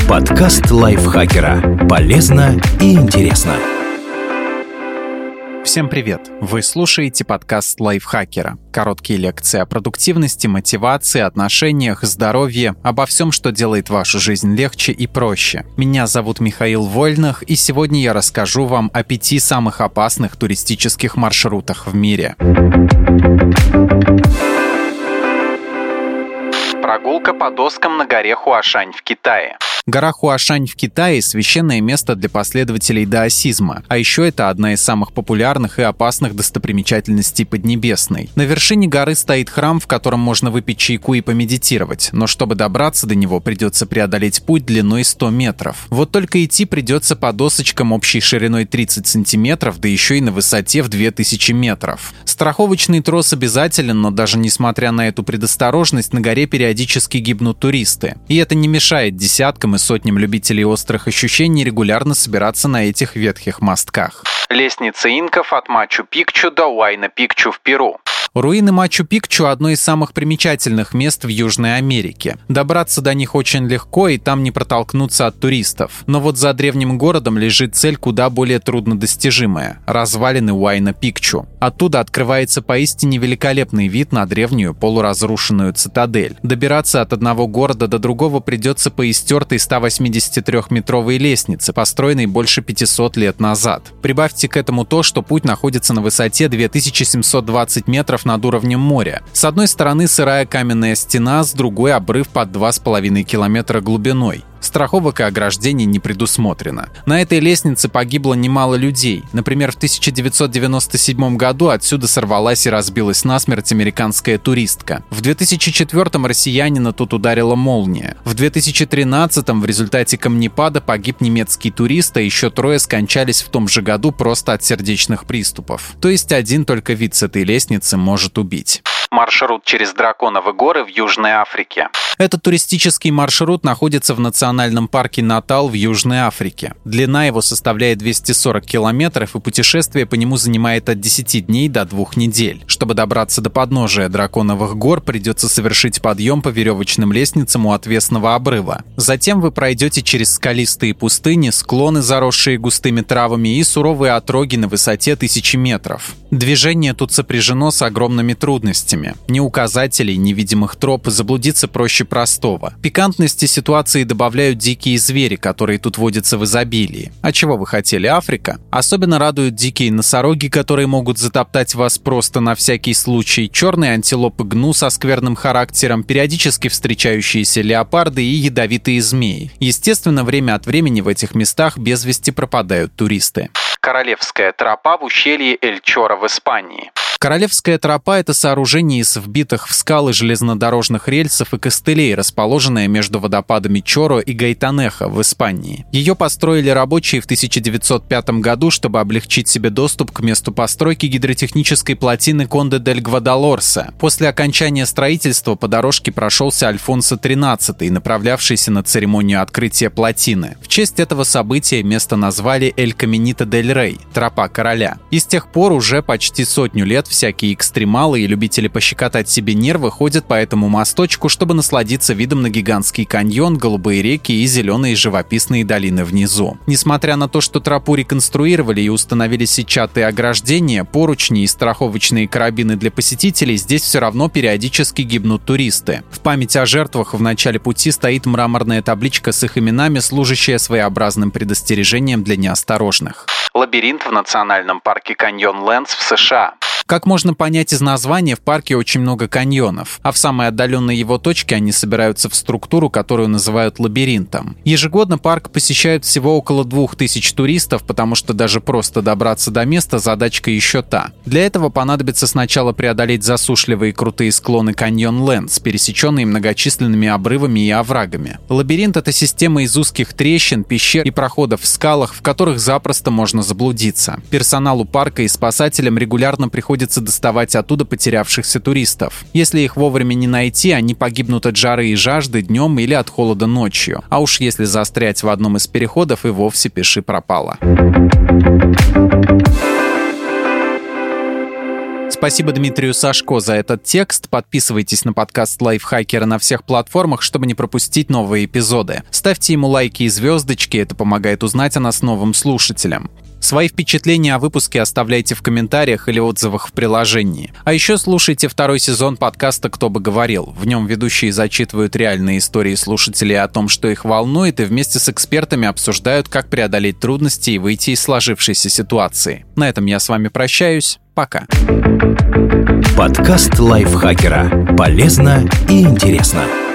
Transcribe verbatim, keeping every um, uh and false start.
Подкаст лайфхакера. Полезно и интересно. Всем привет! Вы слушаете подкаст лайфхакера. Короткие лекции о продуктивности, мотивации, отношениях, здоровье, обо всем, что делает вашу жизнь легче и проще. Меня зовут Михаил Вольных, и сегодня я расскажу вам о пяти самых опасных туристических маршрутах в мире. Прогулка по доскам на горе Хуашань в Китае. Гора Хуашань в Китае – священное место для последователей даосизма, а еще это одна из самых популярных и опасных достопримечательностей Поднебесной. На вершине горы стоит храм, в котором можно выпить чайку и помедитировать, но чтобы добраться до него, придется преодолеть путь длиной сто метров. Вот только идти придется по досочкам общей шириной тридцать сантиметров, да еще и на высоте в две тысячи метров. Страховочный трос обязателен, но даже несмотря на эту предосторожность, на горе периодически гибнут туристы. И это не мешает десяткам и сотням любителей острых ощущений регулярно собираться на этих ветхих мостках. Лестница инков от Мачу-Пикчу до Уайна-Пикчу в Перу. Руины Мачу-Пикчу – одно из самых примечательных мест в Южной Америке. Добраться до них очень легко, и там не протолкнуться от туристов. Но вот за древним городом лежит цель куда более труднодостижимая – развалины Уайна-Пикчу. Оттуда открывается поистине великолепный вид на древнюю полуразрушенную цитадель. Добираться от одного города до другого придется по истертой ста восьмидесятитрёхметровой лестнице, построенной больше пятисот лет назад. Прибавьте к этому то, что путь находится на высоте две тысячи семьсот двадцать метров над уровнем моря. С одной стороны сырая каменная стена, с другой обрыв под два с половиной километра глубиной. Страховок и ограждений не предусмотрено. На этой лестнице погибло немало людей. Например, в тысяча девятьсот девяносто седьмом году отсюда сорвалась и разбилась насмерть американская туристка. В две тысячи четвёртом россиянина тут ударила молния. В две тысячи тринадцатом в результате камнепада погиб немецкий турист, а еще трое скончались в том же году просто от сердечных приступов. То есть один только вид с этой лестницы может убить. Маршрут через Драконовы горы в Южной Африке. Этот туристический маршрут находится в национальном парке Натал в Южной Африке. Длина его составляет двести сорок километров, и путешествие по нему занимает от десяти дней до двух недель. Чтобы добраться до подножия Драконовых гор, придется совершить подъем по веревочным лестницам у отвесного обрыва. Затем вы пройдете через скалистые пустыни, склоны, заросшие густыми травами, и суровые отроги на высоте тысячи метров. Движение тут сопряжено с огромными трудностями. Ни указателей, ни видимых троп, заблудиться проще простого. Пикантности ситуации добавляют дикие звери, которые тут водятся в изобилии. А чего вы хотели, Африка? Особенно радуют дикие носороги, которые могут затоптать вас просто на всякий случай, черные антилопы гну со скверным характером, периодически встречающиеся леопарды и ядовитые змеи. Естественно, время от времени в этих местах без вести пропадают туристы. Королевская тропа в ущелье Эль-Чора в Испании. Королевская тропа – это сооружение из вбитых в скалы железнодорожных рельсов и костылей, расположенное между водопадами Чоро и Гайтанеха в Испании. Ее построили рабочие в тысяча девятьсот пятом году, чтобы облегчить себе доступ к месту постройки гидротехнической плотины Конде-дель-Гвадалорсе. После окончания строительства по дорожке прошелся Альфонсо тринадцатый, направлявшийся на церемонию открытия плотины. В честь этого события место назвали Эль-Каминита-дель-Рей – тропа короля. И с тех пор уже почти сотню лет всякие экстремалы и любители пощекотать себе нервы ходят по этому мосточку, чтобы насладиться видом на гигантский каньон, голубые реки и зеленые живописные долины внизу. Несмотря на то, что тропу реконструировали и установили сетчатые ограждения, поручни и страховочные карабины для посетителей, здесь все равно периодически гибнут туристы. В память о жертвах в начале пути стоит мраморная табличка с их именами, служащая своеобразным предостережением для неосторожных. Лабиринт в национальном парке Каньон-Лэндс в США. Как можно понять из названия, в парке очень много каньонов, а в самой отдаленной его точке они собираются в структуру, которую называют лабиринтом. Ежегодно парк посещают всего около двух тысяч туристов, потому что даже просто добраться до места задачка еще та. Для этого понадобится сначала преодолеть засушливые крутые склоны Каньон-Лэндс, пересеченные многочисленными обрывами и оврагами. Лабиринт — это система из узких трещин, пещер и проходов в скалах, в которых запросто можно заблудиться. Персоналу парка и спасателям регулярно приходится доставать оттуда потерявшихся туристов. Если их вовремя не найти, они погибнут от жары и жажды днем или от холода ночью. А уж если застрять в одном из переходов, и вовсе пиши пропало. Спасибо Дмитрию Сашко за этот текст. Подписывайтесь на подкаст Лайфхакера на всех платформах, чтобы не пропустить новые эпизоды. Ставьте ему лайки и звездочки, это помогает узнать о нас новым слушателям. Свои впечатления о выпуске оставляйте в комментариях или отзывах в приложении. А еще слушайте второй сезон подкаста «Кто бы говорил». В нем ведущие зачитывают реальные истории слушателей о том, что их волнует, и вместе с экспертами обсуждают, как преодолеть трудности и выйти из сложившейся ситуации. На этом я с вами прощаюсь. Пока. Подкаст Лайфхакера. Полезно и интересно.